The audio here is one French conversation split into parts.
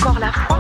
encore la foi?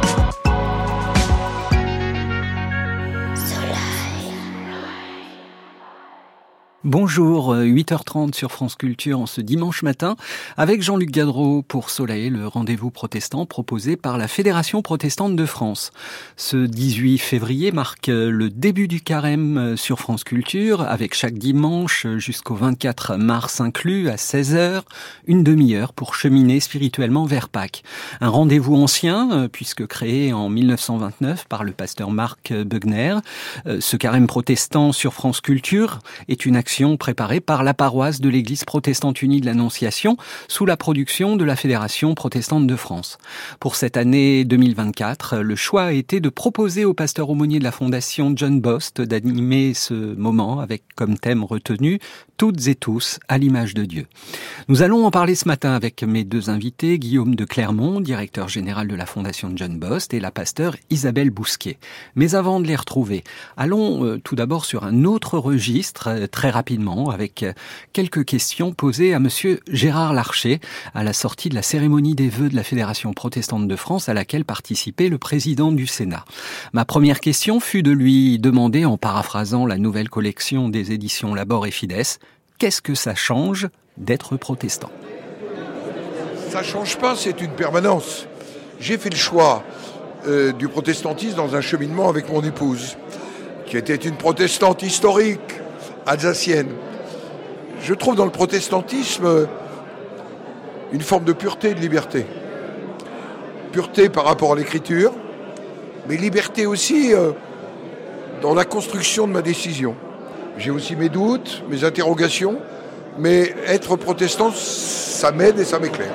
Bonjour, 8h30 sur France Culture en ce dimanche matin avec Jean-Luc Gadreau pour Soleil, le rendez-vous protestant proposé par la Fédération protestante de France. Ce 18 février marque le début du carême sur France Culture avec chaque dimanche jusqu'au 24 mars inclus à 16h, une demi-heure pour cheminer spirituellement vers Pâques. Un rendez-vous ancien puisque créé en 1929 par le pasteur Marc Bugner. Ce carême protestant sur France Culture est une action préparée par la paroisse de l'Église protestante unie de l'Annonciation sous la production de la Fédération protestante de France. Pour cette année 2024, le choix a été de proposer au pasteur aumônier de la Fondation John Bost d'animer ce moment avec comme thème retenu « Toutes et tous à l'image de Dieu ». Nous allons en parler ce matin avec mes deux invités, Guillaume de Clermont, directeur général de la Fondation John Bost, et la pasteure Isabelle Bousquet. Mais avant de les retrouver, allons tout d'abord sur un autre registre, très rapidement, avec quelques questions posées à monsieur Gérard Larcher, à la sortie de la cérémonie des vœux de la Fédération protestante de France, à laquelle participait le président du Sénat. Ma première question fut de lui demander, en paraphrasant la nouvelle collection des éditions Labor et Fides, qu'est-ce que ça change d'être protestant? Ça change pas, c'est une permanence. J'ai fait le choix du protestantisme dans un cheminement avec mon épouse, qui était une protestante historique, alsacienne. Je trouve dans le protestantisme une forme de pureté et de liberté. Pureté par rapport à l'écriture, mais liberté aussi dans la construction de ma décision. J'ai aussi mes doutes, mes interrogations, mais être protestant, ça m'aide et ça m'éclaire.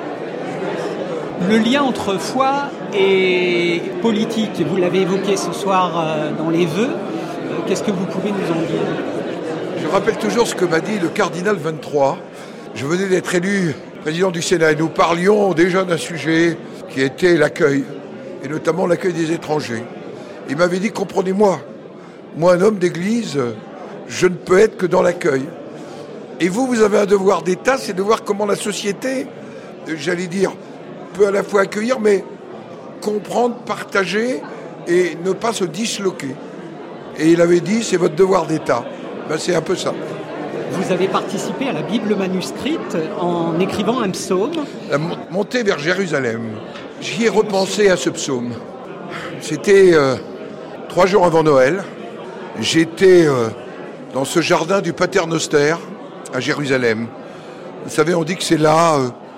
Le lien entre foi et politique, vous l'avez évoqué ce soir dans les vœux, qu'est-ce que vous pouvez nous en dire? Je rappelle toujours ce que m'a dit le cardinal 23. Je venais d'être élu président du Sénat et nous parlions déjà d'un sujet qui était l'accueil, et notamment l'accueil des étrangers. Il m'avait dit, comprenez-moi, moi un homme d'église, je ne peux être que dans l'accueil. Et vous avez un devoir d'État, c'est de voir comment la société, j'allais dire, peut à la fois accueillir, mais comprendre, partager et ne pas se disloquer. Et il avait dit, c'est votre devoir d'État. Ben, c'est un peu ça. Vous avez participé à la Bible manuscrite en écrivant un psaume. La montée vers Jérusalem. J'y ai repensé à ce psaume. C'était 3 jours avant Noël. J'étais dans ce jardin du Paternoster à Jérusalem. Vous savez, on dit que c'est là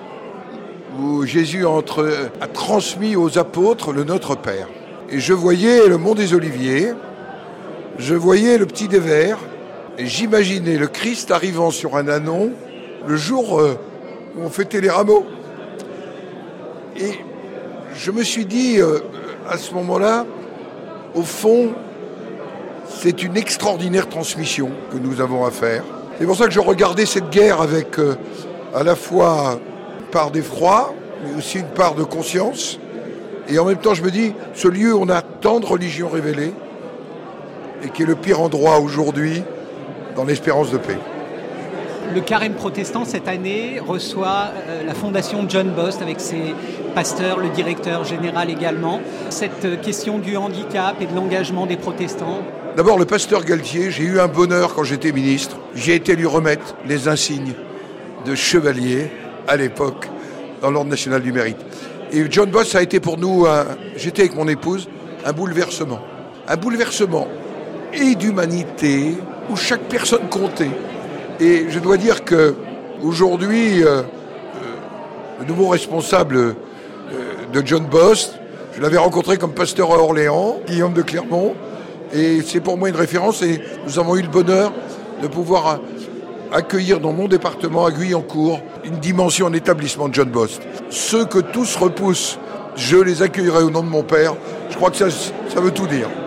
où Jésus a transmis aux apôtres le Notre Père. Et je voyais le mont des Oliviers, je voyais le petit Dévers, et j'imaginais le Christ arrivant sur un ânon le jour où on fêtait les rameaux. Et je me suis dit, à ce moment-là, au fond, c'est une extraordinaire transmission que nous avons à faire. C'est pour ça que je regardais cette guerre avec à la fois une part d'effroi, mais aussi une part de conscience. Et en même temps, je me dis, ce lieu où on a tant de religions révélées, et qui est le pire endroit aujourd'hui dans l'espérance de paix. Le carême protestant, cette année, reçoit la Fondation John Bost avec ses pasteurs, le directeur général également. Cette question du handicap et de l'engagement des protestants. D'abord, le pasteur Galtier, j'ai eu un bonheur quand j'étais ministre. J'ai été lui remettre les insignes de chevalier à l'époque dans l'Ordre national du mérite. Et John Bost, ça a été pour nous, j'étais avec mon épouse, un bouleversement. Un bouleversement et d'humanité où chaque personne comptait. Et je dois dire qu'aujourd'hui, le nouveau responsable de John Bost, je l'avais rencontré comme pasteur à Orléans, Guillaume de Clermont, et c'est pour moi une référence, et nous avons eu le bonheur de pouvoir accueillir dans mon département, à Guyancourt, une dimension en établissement de John Bost. Ceux que tous repoussent, je les accueillerai au nom de mon père. Je crois que ça veut tout dire.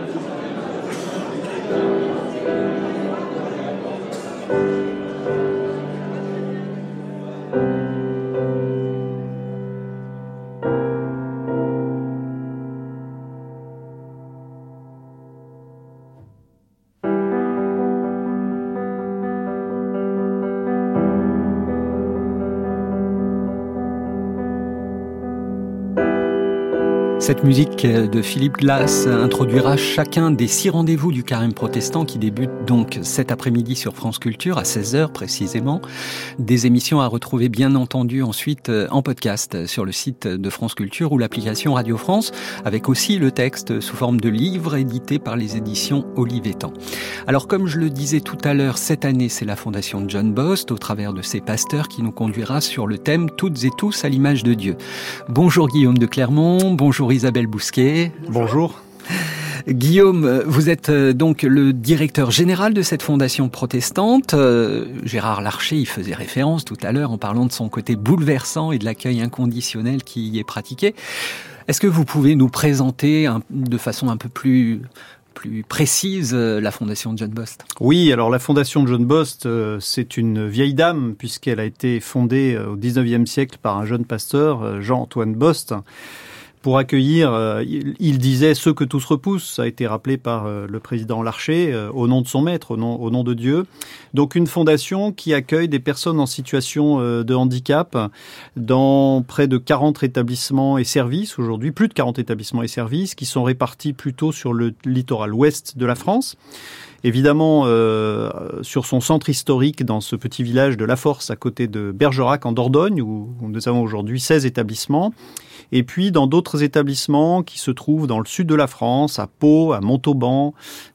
Cette musique de Philippe Glass introduira chacun des 6 rendez-vous du Carême protestant qui débutent donc cet après-midi sur France Culture à 16h précisément. Des émissions à retrouver bien entendu ensuite en podcast sur le site de France Culture ou l'application Radio France, avec aussi le texte sous forme de livre édité par les éditions Olivetan. Alors comme je le disais tout à l'heure, cette année c'est la Fondation John Bost au travers de ses pasteurs qui nous conduira sur le thème Toutes et tous à l'image de Dieu. Bonjour Guillaume de Clermont, bonjour Isabelle Bousquet. Bonjour. Guillaume, vous êtes donc le directeur général de cette fondation protestante. Gérard Larcher y faisait référence tout à l'heure en parlant de son côté bouleversant et de l'accueil inconditionnel qui y est pratiqué. Est-ce que vous pouvez nous présenter de façon un peu plus précise la fondation John Bost? Oui, alors la fondation John Bost, c'est une vieille dame puisqu'elle a été fondée au 19e siècle par un jeune pasteur, Jean-Antoine Bost, pour accueillir, il disait, ceux que tous repoussent. Ça a été rappelé par le président Larcher, au nom de son maître, au nom de Dieu. Donc une fondation qui accueille des personnes en situation de handicap dans près de 40 établissements et services aujourd'hui, plus de 40 établissements et services qui sont répartis plutôt sur le littoral ouest de la France. Évidemment, sur son centre historique, dans ce petit village de La Force, à côté de Bergerac, en Dordogne, où nous avons aujourd'hui 16 établissements. Et puis, dans d'autres établissements qui se trouvent dans le sud de la France, à Pau, à Montauban,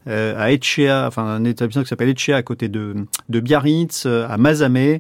à Etchea, enfin un établissement qui s'appelle Etchea, à côté de Biarritz, à Mazamet,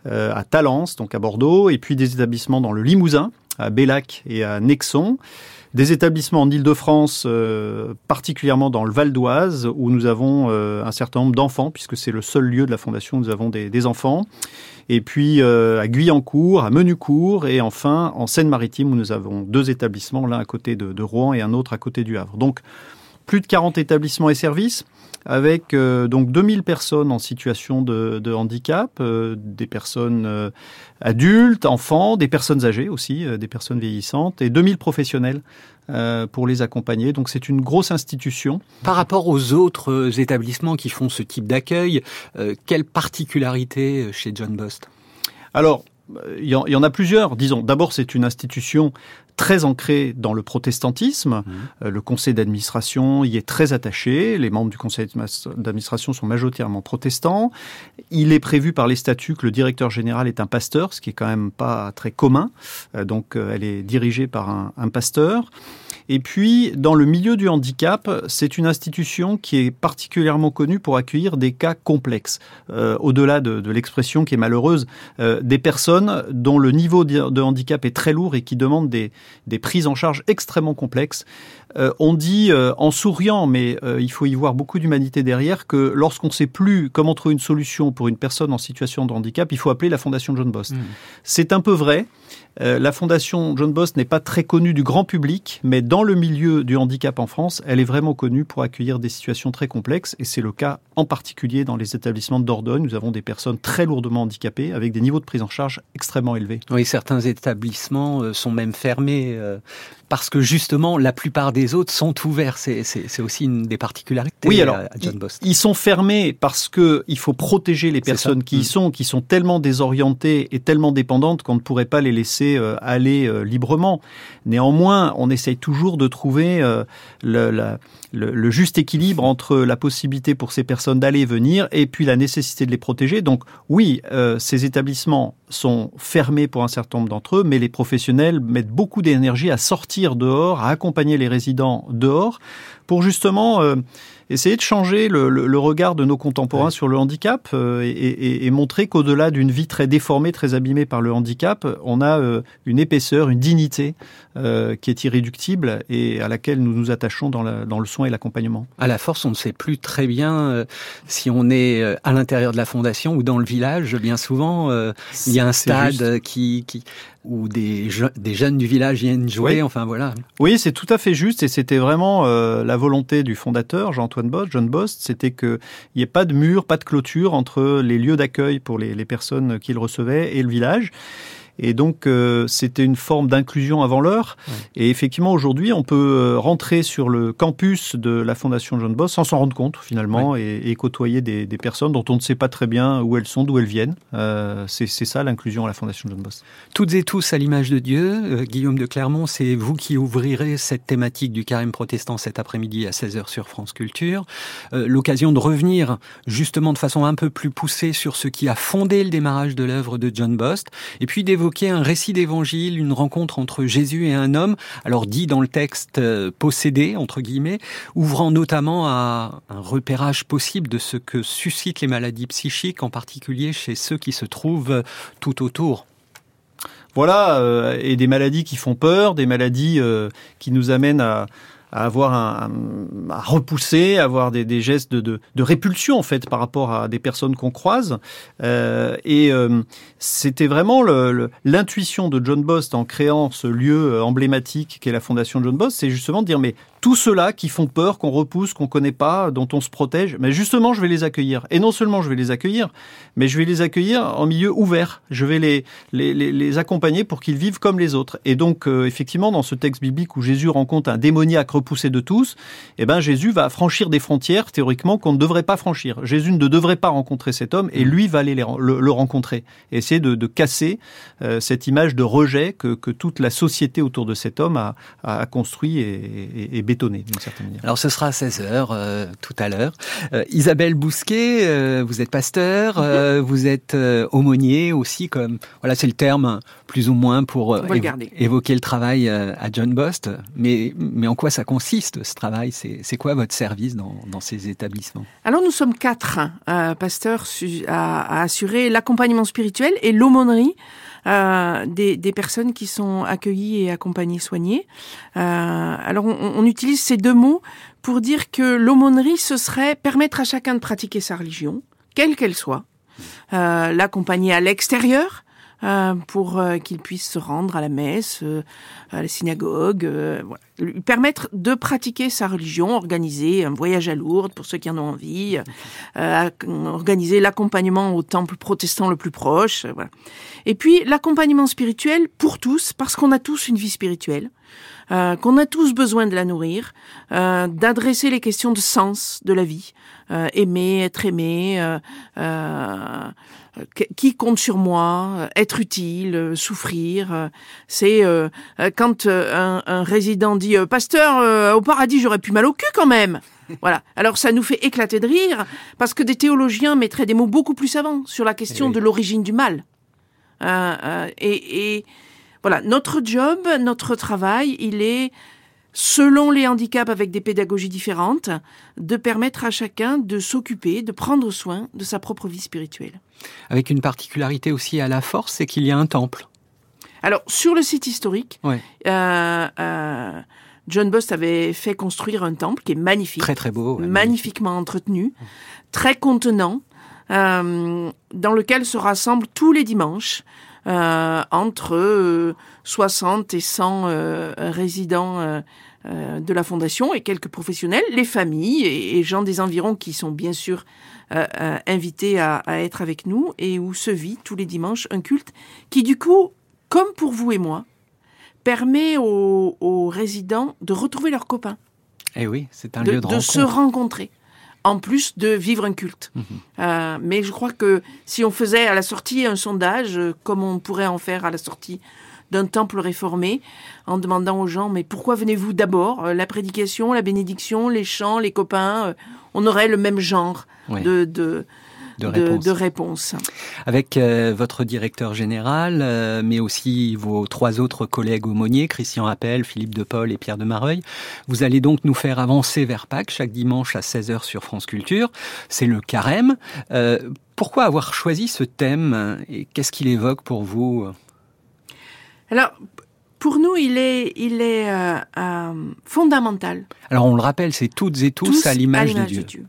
à Talence, donc à Bordeaux. Et puis des établissements dans le Limousin, à Bellac et à Nexon. Des établissements en Île-de-France, particulièrement dans le Val d'Oise, où nous avons un certain nombre d'enfants, puisque c'est le seul lieu de la fondation où nous avons des enfants. Et puis à Guyancourt, à Menucourt, et enfin en Seine-Maritime, où nous avons 2 établissements, l'un à côté de Rouen et un autre à côté du Havre. Donc plus de 40 établissements et services, avec donc 2000 personnes en situation de handicap, des personnes adultes, enfants, des personnes âgées aussi, des personnes vieillissantes, et 2000 professionnels pour les accompagner. Donc c'est une grosse institution. Par rapport aux autres établissements qui font ce type d'accueil, quelle particularité chez John Bost? Alors, il y en a plusieurs. Disons, d'abord, c'est une institution très ancrée dans le protestantisme. Le conseil d'administration y est très attaché. Les membres du conseil d'administration sont majoritairement protestants. Il est prévu par les statuts que le directeur général est un pasteur, ce qui est quand même pas très commun. Donc, elle est dirigée par un pasteur. Et puis, dans le milieu du handicap, c'est une institution qui est particulièrement connue pour accueillir des cas complexes. Au-delà de l'expression qui est malheureuse, des personnes dont le niveau de handicap est très lourd et qui demandent des prises en charge extrêmement complexes. On dit en souriant, mais il faut y voir beaucoup d'humanité derrière, que lorsqu'on ne sait plus comment trouver une solution pour une personne en situation de handicap, il faut appeler la Fondation John Bost. C'est un peu vrai. La Fondation John Bost n'est pas très connue du grand public, mais dans le milieu du handicap en France, elle est vraiment connue pour accueillir des situations très complexes, et c'est le cas en particulier dans les établissements de Dordogne. Nous avons des personnes très lourdement handicapées avec des niveaux de prise en charge extrêmement élevés. Oui, certains établissements sont même fermés parce que justement la plupart des autres sont ouverts. C'est aussi une des particularités. Oui, alors, à John Bost. Ils sont fermés parce que il faut protéger les personnes qui sont tellement désorientées et tellement dépendantes qu'on ne pourrait pas les laisser aller librement. Néanmoins, on essaye toujours de trouver le juste équilibre entre la possibilité pour ces personnes d'aller et venir et puis la nécessité de les protéger. Donc oui, ces établissements sont fermés pour un certain nombre d'entre eux, mais les professionnels mettent beaucoup d'énergie à sortir dehors, à accompagner les résidents dehors pour justement essayer de changer le regard de nos contemporains sur le handicap et montrer qu'au-delà d'une vie très déformée, très abîmée par le handicap, on a une épaisseur, une dignité qui est irréductible et à laquelle nous nous attachons dans le soin et l'accompagnement. À la Force, on ne sait plus très bien si on est à l'intérieur de la fondation ou dans le village. Bien souvent, il y a un stade où des jeunes du village viennent jouer. Oui. Enfin voilà. Oui, c'est tout à fait juste et c'était vraiment la volonté du fondateur, Jean-Antoine Bost, John Bost, c'était qu'il n'y ait pas de mur, pas de clôture entre les lieux d'accueil pour les personnes qu'il recevait et le village. Et donc, c'était une forme d'inclusion avant l'heure. Ouais. Et effectivement, aujourd'hui, on peut rentrer sur le campus de la Fondation John Bost sans s'en rendre compte, finalement, et côtoyer des personnes dont on ne sait pas très bien où elles sont, d'où elles viennent. C'est ça, l'inclusion à la Fondation John Bost. Toutes et tous à l'image de Dieu. Guillaume de Clermont, c'est vous qui ouvrirez cette thématique du carême protestant cet après-midi à 16h sur France Culture. L'occasion de revenir justement de façon un peu plus poussée sur ce qui a fondé le démarrage de l'œuvre de John Bost, et puis d'évoquer un récit d'évangile, une rencontre entre Jésus et un homme, alors dit dans le texte possédé, entre guillemets, ouvrant notamment à un repérage possible de ce que suscitent les maladies psychiques, en particulier chez ceux qui se trouvent tout autour. Voilà, et des maladies qui font peur, des maladies qui nous amènent à avoir à repousser, à avoir des gestes de répulsion en fait par rapport à des personnes qu'on croise. C'était vraiment l'intuition de John Bost en créant ce lieu emblématique qu'est la Fondation John Bost, c'est justement de dire mais tous ceux-là qui font peur, qu'on repousse, qu'on connaît pas, dont on se protège, mais justement, je vais les accueillir. Et non seulement je vais les accueillir, mais je vais les accueillir en milieu ouvert. Je vais les accompagner pour qu'ils vivent comme les autres. Et donc, effectivement, dans ce texte biblique où Jésus rencontre un démoniaque repoussé de tous, eh ben, Jésus va franchir des frontières, théoriquement, qu'on ne devrait pas franchir. Jésus ne devrait pas rencontrer cet homme, et lui va aller le rencontrer. Et essayer de casser cette image de rejet que toute la société autour de cet homme a construit et bétonné d'une certaine manière. Alors ce sera à 16h tout à l'heure. Isabelle Bousquet, vous êtes pasteur, vous êtes aumônier aussi, comme voilà, c'est le terme plus ou moins pour évoquer le travail à John Bost. Mais en quoi ça consiste ce travail ? C'est quoi votre service dans ces établissements ? Alors nous sommes 4 pasteurs à assurer l'accompagnement spirituel et l'aumônerie des personnes qui sont accueillies et accompagnées, soignées. Alors on utilise ces deux mots pour dire que l'aumônerie, ce serait permettre à chacun de pratiquer sa religion, quelle qu'elle soit, l'accompagner à l'extérieur, pour qu'il puisse se rendre à la messe, à la synagogue, voilà. Lui permettre de pratiquer sa religion, organiser un voyage à Lourdes pour ceux qui en ont envie, organiser l'accompagnement au temple protestant le plus proche, voilà. Et puis l'accompagnement spirituel pour tous, parce qu'on a tous une vie spirituelle, qu'on a tous besoin de la nourrir, d'adresser les questions de sens de la vie, aimer, être aimé, qui compte sur moi, être utile, souffrir. C'est quand un résident dit « Pasteur, au paradis, j'aurais plus mal au cul quand même !» Voilà. Alors ça nous fait éclater de rire, parce que des théologiens mettraient des mots beaucoup plus savants sur la question de l'origine du mal. Et voilà, notre job, notre travail, il est, selon les handicaps avec des pédagogies différentes, de permettre à chacun de s'occuper, de prendre soin de sa propre vie spirituelle. Avec une particularité aussi à La Force, c'est qu'il y a un temple. Alors, sur le site historique, John Bost avait fait construire un temple qui est magnifique. Très très beau. Magnifiquement entretenu, très contenant, dans lequel se rassemblent tous les dimanches entre 60 et 100 résidents de la Fondation et quelques professionnels, les familles et gens des environs qui sont bien sûr invités à être avec nous, et où se vit tous les dimanches un culte qui, du coup, comme pour vous et moi, permet aux résidents de retrouver leurs copains. Eh oui, c'est un lieu de rencontre. De se rencontrer, en plus de vivre un culte. Mais je crois que si on faisait à la sortie un sondage, comme on pourrait en faire à la sortie d'un temple réformé, en demandant aux gens, mais pourquoi venez-vous d'abord ? La prédication, la bénédiction, les chants, les copains, on aurait le même genre de réponse. Avec votre directeur général, mais aussi vos 3 autres collègues aumôniers, Christian Appel, Philippe de Paul et Pierre de Mareuil, vous allez donc nous faire avancer vers Pâques chaque dimanche à 16h sur France Culture. C'est le carême. Pourquoi avoir choisi ce thème et qu'est-ce qu'il évoque pour vous ? Alors, pour nous, il est fondamental. Alors, on le rappelle, c'est toutes et tous à l'image de Dieu.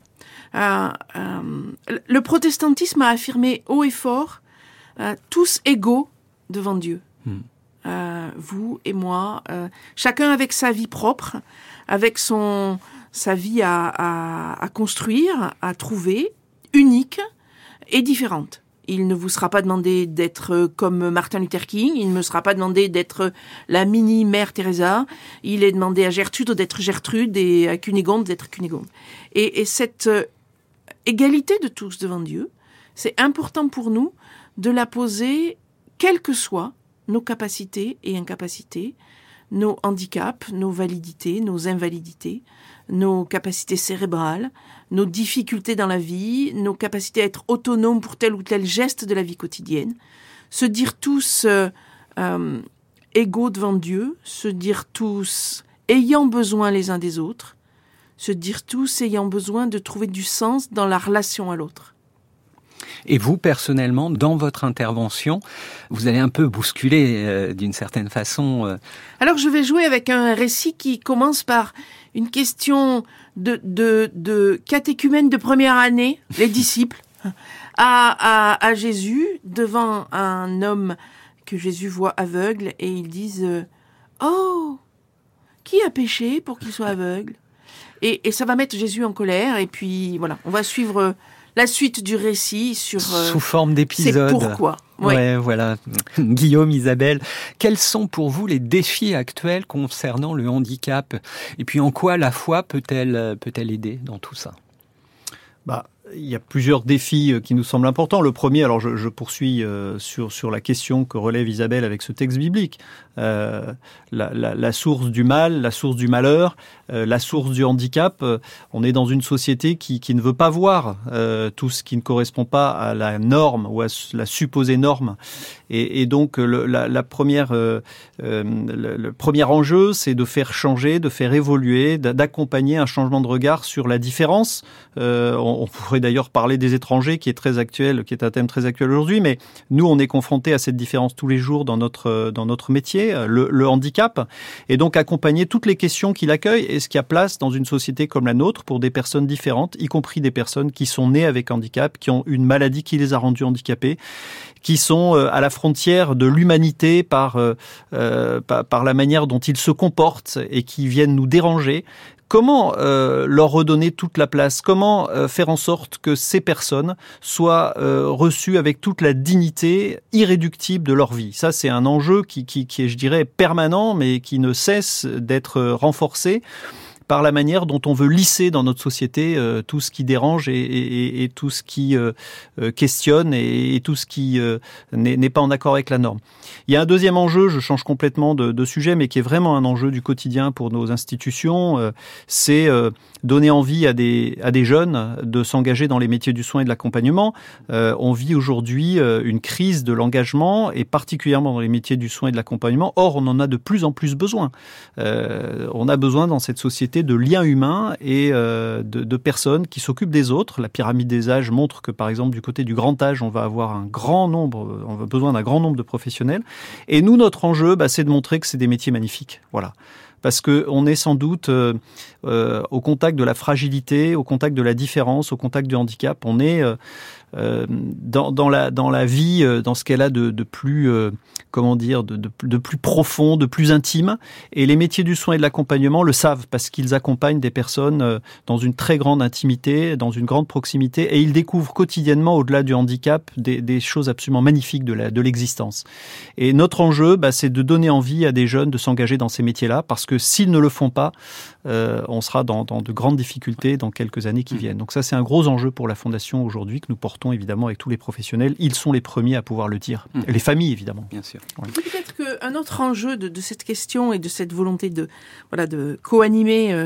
Le protestantisme a affirmé haut et fort, tous égaux devant Dieu. Vous et moi, chacun avec sa vie propre, avec sa vie à construire, à trouver, unique et différente. Il ne vous sera pas demandé d'être comme Martin Luther King. Il ne me sera pas demandé d'être la mini-mère Teresa. Il est demandé à Gertrude d'être Gertrude et à Cunégonde d'être Cunégonde. Et cette égalité de tous devant Dieu, c'est important pour nous de la poser, quelles que soient nos capacités et incapacités, nos handicaps, nos validités, nos invalidités, nos capacités cérébrales, nos difficultés dans la vie, nos capacités à être autonomes pour tel ou tel geste de la vie quotidienne, se dire tous égaux devant Dieu, se dire tous ayant besoin les uns des autres, se dire tous ayant besoin de trouver du sens dans la relation à l'autre. Et vous, personnellement, dans votre intervention, vous allez un peu bousculer d'une certaine façon. Alors, je vais jouer avec un récit qui commence par une question de catéchumène de première année, les disciples, à Jésus, devant un homme que Jésus voit aveugle, et ils disent « Oh, qui a péché pour qu'il soit aveugle ?» Et ça va mettre Jésus en colère, et puis voilà, on va suivre la suite du récit sous forme d'épisode. C'est pourquoi. Ouais, voilà. Guillaume, Isabelle, quels sont pour vous les défis actuels concernant le handicap? Et puis en quoi la foi peut-elle aider dans tout ça? Il y a plusieurs défis qui nous semblent importants. Le premier, alors je poursuis sur la question que relève Isabelle avec ce texte biblique. La source du mal, la source du malheur, la source du handicap. On est dans une société qui ne veut pas voir tout ce qui ne correspond pas à la norme ou à la supposée norme. Et donc le premier enjeu, c'est de faire changer, de faire évoluer, d'accompagner un changement de regard sur la différence. On pourrait d'ailleurs parler des étrangers, qui est très actuel, qui est un thème très actuel aujourd'hui, mais nous, on est confrontés à cette différence tous les jours dans notre métier, le handicap, et donc accompagner toutes les questions qu'il accueille. Est-ce qu'il y a place dans une société comme la nôtre pour des personnes différentes, y compris des personnes qui sont nées avec handicap, qui ont une maladie qui les a rendus handicapés, qui sont à la frontière de l'humanité par la manière dont ils se comportent et qui viennent nous déranger? Comment leur redonner toute la place? Comment faire en sorte que ces personnes soient reçues avec toute la dignité irréductible de leur vie? Ça, c'est un enjeu qui est, je dirais, permanent, mais qui ne cesse d'être renforcé par la manière dont on veut lisser dans notre société tout ce qui dérange et tout ce qui questionne et tout ce qui n'est pas en accord avec la norme. Il y a un deuxième enjeu, je change complètement de sujet, mais qui est vraiment un enjeu du quotidien pour nos institutions, c'est donner envie à des jeunes de s'engager dans les métiers du soin et de l'accompagnement. On vit aujourd'hui une crise de l'engagement, et particulièrement dans les métiers du soin et de l'accompagnement. Or, on en a de plus en plus besoin. On a besoin dans cette société de liens humains et de personnes qui s'occupent des autres. La pyramide des âges montre que, par exemple, du côté du grand âge, on va avoir on a besoin d'un grand nombre de professionnels. Et nous, notre enjeu, c'est de montrer que c'est des métiers magnifiques. Voilà. Parce que on est sans doute au contact de la fragilité, au contact de la différence, au contact du handicap. On est dans la vie, dans ce qu'elle a de plus de plus profond, de plus intime. Et les métiers du soin et de l'accompagnement le savent, parce qu'ils accompagnent des personnes dans une très grande intimité, dans une grande proximité, et ils découvrent quotidiennement, au-delà du handicap, des choses absolument magnifiques de l'existence. Et notre enjeu, c'est de donner envie à des jeunes de s'engager dans ces métiers-là, parce que s'ils ne le font pas, on sera dans de grandes difficultés dans quelques années qui viennent. Donc ça, c'est un gros enjeu pour la Fondation aujourd'hui, que nous portons évidemment avec tous les professionnels. Ils sont les premiers à pouvoir le dire. Les familles, évidemment. Bien sûr. Ouais. Peut-être qu'un autre enjeu de cette question et de cette volonté de co-animer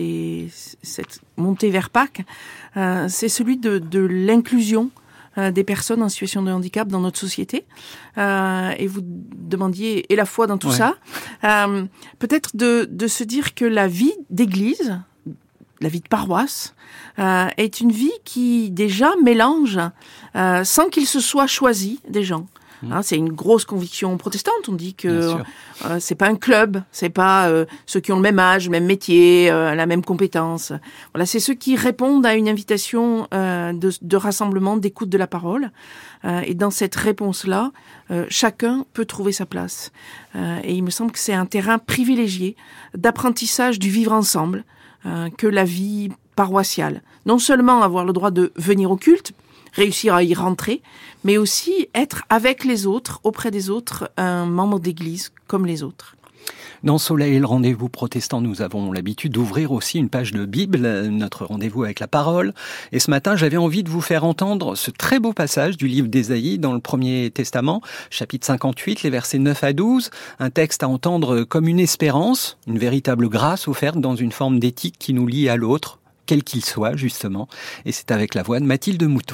cette montée vers Pâques, c'est celui de l'inclusion des personnes en situation de handicap dans notre société. Et vous demandiez, et la foi dans tout ça, peut-être de se dire que la vie d'église, la vie de paroisse, est une vie qui déjà mélange, sans qu'il se soit choisi, des gens. C'est une grosse conviction protestante. On dit que c'est pas un club, c'est pas ceux qui ont le même âge, le même métier, la même compétence. Voilà, c'est ceux qui répondent à une invitation de rassemblement, d'écoute de la parole. Et dans cette réponse-là, chacun peut trouver sa place. Et il me semble que c'est un terrain privilégié d'apprentissage du vivre ensemble que la vie paroissiale. Non seulement avoir le droit de venir au culte, réussir à y rentrer, mais aussi être avec les autres, auprès des autres, un membre d'église comme les autres. Dans Soleil, le rendez-vous protestant, nous avons l'habitude d'ouvrir aussi une page de Bible, notre rendez-vous avec la parole. Et ce matin, j'avais envie de vous faire entendre ce très beau passage du livre d'Ésaïe dans le Premier Testament, chapitre 58, les versets 9 à 12. Un texte à entendre comme une espérance, une véritable grâce offerte dans une forme d'éthique qui nous lie à l'autre, quel qu'il soit, justement. Et c'est avec la voix de Mathilde Moutou.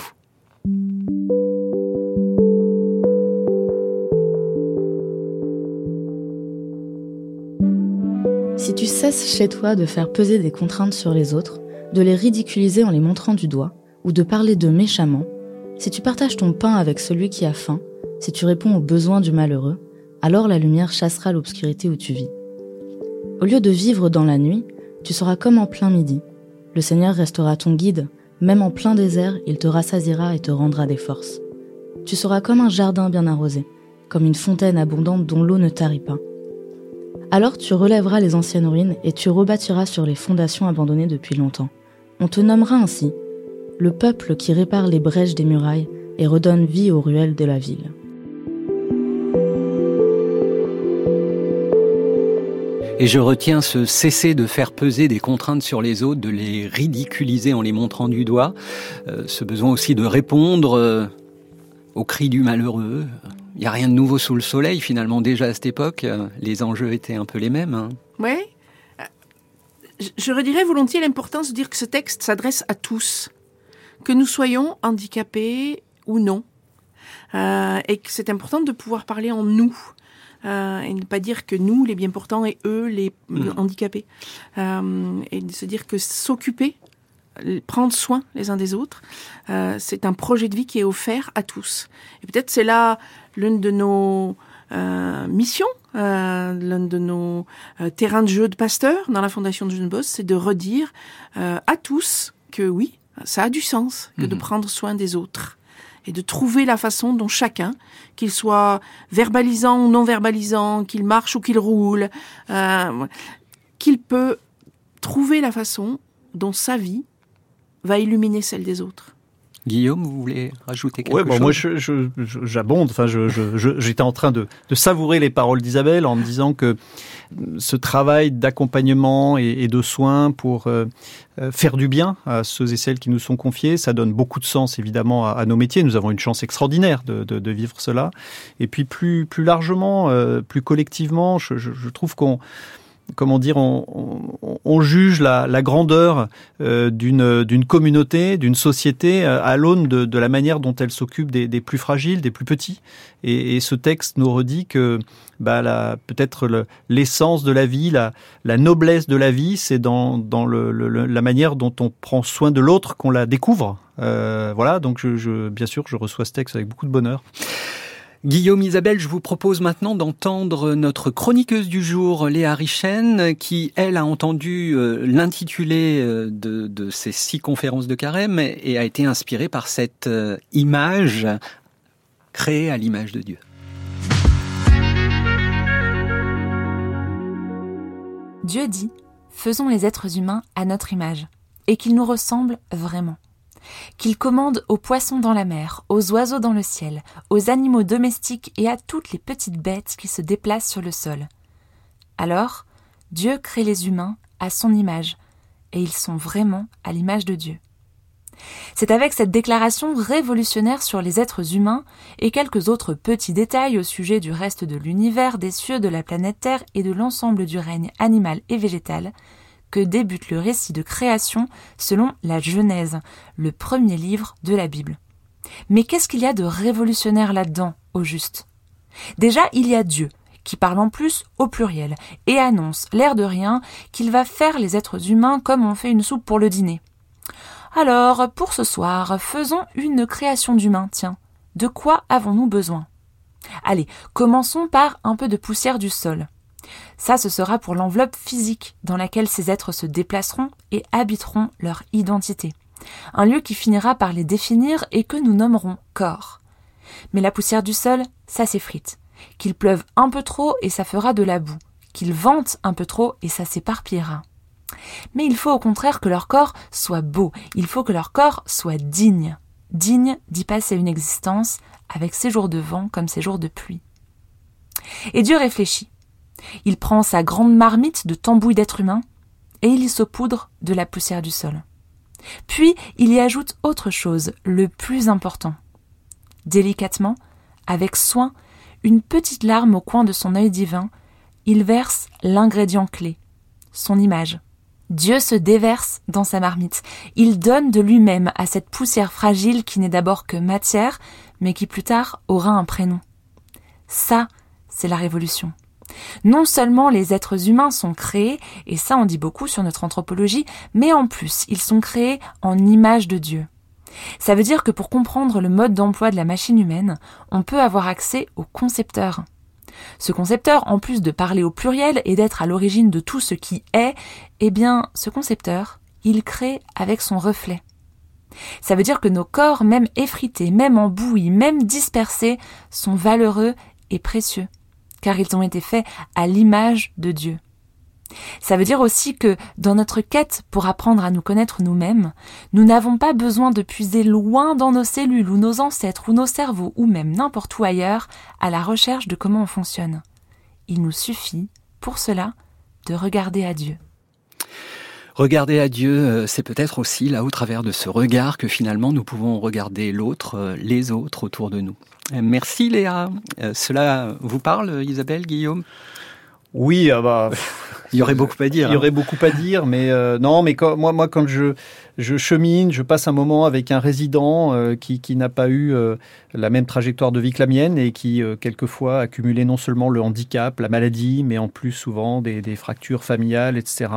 Si tu cesses chez toi de faire peser des contraintes sur les autres, de les ridiculiser en les montrant du doigt, ou de parler d'eux méchamment, si tu partages ton pain avec celui qui a faim, si tu réponds aux besoins du malheureux, alors la lumière chassera l'obscurité où tu vis. Au lieu de vivre dans la nuit, tu seras comme en plein midi. Le Seigneur restera ton guide, même en plein désert, il te rassasiera et te rendra des forces. Tu seras comme un jardin bien arrosé, comme une fontaine abondante dont l'eau ne tarit pas. Alors tu relèveras les anciennes ruines et tu rebâtiras sur les fondations abandonnées depuis longtemps. On te nommera ainsi le peuple qui répare les brèches des murailles et redonne vie aux ruelles de la ville. Et je retiens ce cesser de faire peser des contraintes sur les autres, de les ridiculiser en les montrant du doigt, ce besoin aussi de répondre aux cris du malheureux. Il n'y a rien de nouveau sous le soleil, finalement. Déjà à cette époque, les enjeux étaient un peu les mêmes. Hein. Oui. Je redirais volontiers l'importance de dire que ce texte s'adresse à tous, que nous soyons handicapés ou non, et que c'est important de pouvoir parler en nous, et ne pas dire que nous, les bien portants, et eux, les handicapés. Et de se dire que s'occuper, prendre soin les uns des autres, c'est un projet de vie qui est offert à tous. Et peut-être c'est là l'une de nos missions, l'un de nos terrains de jeu de pasteur dans la Fondation de John Bost, c'est de redire à tous que oui, ça a du sens que de prendre soin des autres et de trouver la façon dont chacun, qu'il soit verbalisant ou non verbalisant, qu'il marche ou qu'il roule, qu'il peut trouver la façon dont sa vie va illuminer celle des autres. Guillaume, vous voulez rajouter quelque chose ? Moi, j'abonde. Enfin, j'étais en train de savourer les paroles d'Isabelle en me disant que ce travail d'accompagnement et de soins pour faire du bien à ceux et celles qui nous sont confiés, ça donne beaucoup de sens évidemment à nos métiers. Nous avons une chance extraordinaire de vivre cela. Et puis plus largement, plus collectivement, je trouve qu'on juge la grandeur d'une communauté, d'une société à l'aune de la manière dont elle s'occupe des plus fragiles, des plus petits. Et ce texte nous redit que peut-être l'essence de la vie, la noblesse de la vie, c'est dans la manière dont on prend soin de l'autre qu'on la découvre. Voilà, donc bien sûr, je reçois ce texte avec beaucoup de bonheur. Guillaume, Isabelle, je vous propose maintenant d'entendre notre chroniqueuse du jour, Léa Richen, qui, elle, a entendu l'intitulé de ces 6 conférences de Carême et a été inspirée par cette image créée à l'image de Dieu. Dieu dit « Faisons les êtres humains à notre image » et qu'ils nous ressemblent vraiment. Qu'il commande aux poissons dans la mer, aux oiseaux dans le ciel, aux animaux domestiques et à toutes les petites bêtes qui se déplacent sur le sol. Alors, Dieu crée les humains à son image, et ils sont vraiment à l'image de Dieu. C'est avec cette déclaration révolutionnaire sur les êtres humains et quelques autres petits détails au sujet du reste de l'univers, des cieux, de la planète Terre et de l'ensemble du règne animal et végétal que débute le récit de création selon la Genèse, le premier livre de la Bible. Mais qu'est-ce qu'il y a de révolutionnaire là-dedans, au juste ? Déjà, il y a Dieu, qui parle en plus au pluriel, et annonce, l'air de rien, qu'il va faire les êtres humains comme on fait une soupe pour le dîner. Alors, pour ce soir, faisons une création d'humains, tiens. De quoi avons-nous besoin ? Allez, commençons par un peu de poussière du sol. Ça, ce sera pour l'enveloppe physique dans laquelle ces êtres se déplaceront et habiteront leur identité. Un lieu qui finira par les définir et que nous nommerons corps. Mais la poussière du sol, ça s'effrite. Qu'il pleuve un peu trop et ça fera de la boue. Qu'il vente un peu trop et ça s'éparpillera. Mais il faut au contraire que leur corps soit beau. Il faut que leur corps soit digne. digne d'y passer une existence avec ses jours de vent comme ses jours de pluie. Et Dieu réfléchit. Il prend sa grande marmite de tambouille d'être humain et il y saupoudre de la poussière du sol. Puis il y ajoute autre chose, le plus important. Délicatement, avec soin, une petite larme au coin de son œil divin, il verse l'ingrédient clé, son image. Dieu se déverse dans sa marmite. Il donne de lui-même à cette poussière fragile qui n'est d'abord que matière, mais qui plus tard aura un prénom. Ça, c'est la révolution. Non seulement les êtres humains sont créés, et ça on dit beaucoup sur notre anthropologie, mais en plus, ils sont créés en image de Dieu. Ça veut dire que pour comprendre le mode d'emploi de la machine humaine, on peut avoir accès au concepteur. Ce concepteur, en plus de parler au pluriel et d'être à l'origine de tout ce qui est, eh bien, ce concepteur, il crée avec son reflet. Ça veut dire que nos corps, même effrités, même en bouillie, même dispersés, sont valeureux et précieux, car ils ont été faits à l'image de Dieu. Ça veut dire aussi que, dans notre quête pour apprendre à nous connaître nous-mêmes, nous n'avons pas besoin de puiser loin dans nos cellules ou nos ancêtres ou nos cerveaux ou même n'importe où ailleurs à la recherche de comment on fonctionne. Il nous suffit, pour cela, de regarder à Dieu. Regarder à Dieu, c'est peut-être aussi là au travers de ce regard que finalement nous pouvons regarder l'autre, les autres autour de nous. Merci Léa. Cela vous parle, Isabelle, Guillaume ? Oui, il y aurait beaucoup à dire. Il y aurait beaucoup à dire, mais non, mais moi quand je chemine, je passe un moment avec un résident qui n'a pas eu la même trajectoire de vie que la mienne et qui quelquefois a cumulé non seulement le handicap, la maladie, mais en plus souvent des fractures familiales, etc.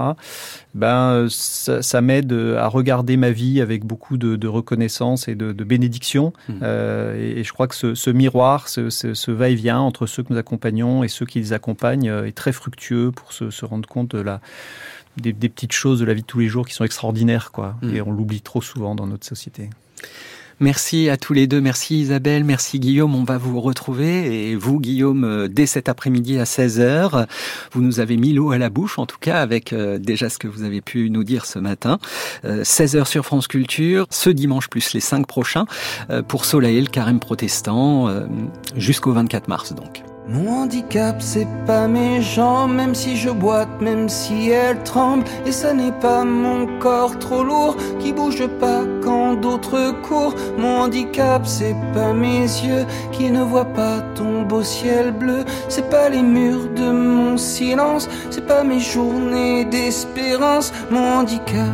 Ça m'aide à regarder ma vie avec beaucoup de reconnaissance et de bénédiction. Et je crois que ce miroir, ce va-et-vient entre ceux que nous accompagnons et ceux qui les accompagnent est très fructueux pour se rendre compte de des petites choses de la vie de tous les jours qui sont extraordinaires, quoi. Et on l'oublie trop souvent dans notre société. Merci à tous les deux, merci Isabelle, merci Guillaume, on va vous retrouver et vous Guillaume dès cet après-midi à 16h. Vous nous avez mis l'eau à la bouche en tout cas avec déjà ce que vous avez pu nous dire ce matin. 16h sur France Culture, ce dimanche plus les 5 prochains pour Soleil, le carême protestant jusqu'au 24 mars donc. Mon handicap, c'est pas mes jambes, même si je boite, même si elles tremblent. Et ça n'est pas mon corps trop lourd qui bouge pas quand d'autres courent. Mon handicap, c'est pas mes yeux qui ne voient pas ton beau ciel bleu. C'est pas les murs de mon silence, c'est pas mes journées d'espérance. Mon handicap,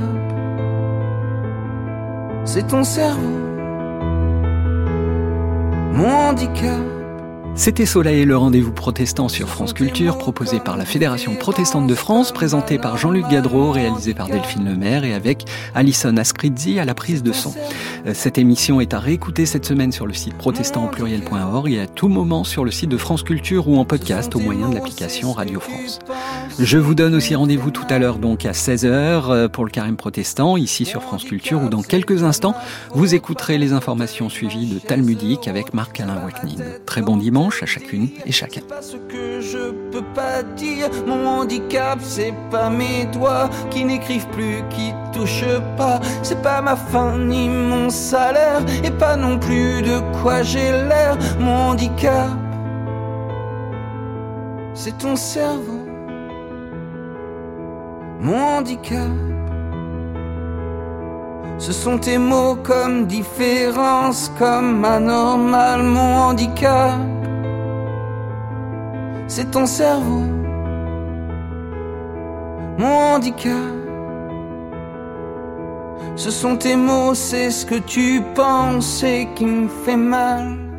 c'est ton cerveau. Mon handicap, c'était Soleil, le rendez-vous protestant sur France Culture, proposé par la Fédération protestante de France, présenté par Jean-Luc Gadreau, réalisé par Delphine Lemaire et avec Alison Askridzi à la prise de son. Cette émission est à réécouter cette semaine sur le site protestantaupluriel.org et à tout moment sur le site de France Culture ou en podcast au moyen de l'application Radio France. Je vous donne aussi rendez-vous tout à l'heure donc à 16h pour le carême protestant, ici sur France Culture, où dans quelques instants, vous écouterez les informations suivies de Talmudique avec Marc-Alain Wachnin. Très bon dimanche à chacune et chacun. C'est pas ce que je peux pas dire. Mon handicap, c'est pas mes doigts qui n'écrivent plus, qui touchent pas. C'est pas ma faim ni mon salaire, et pas non plus de quoi j'ai l'air. Mon handicap, c'est ton cerveau. Mon handicap, ce sont tes mots comme différence, comme anormal. Mon handicap, c'est ton cerveau. Mon handicap, ce sont tes mots, c'est ce que tu penses et qui me fait mal.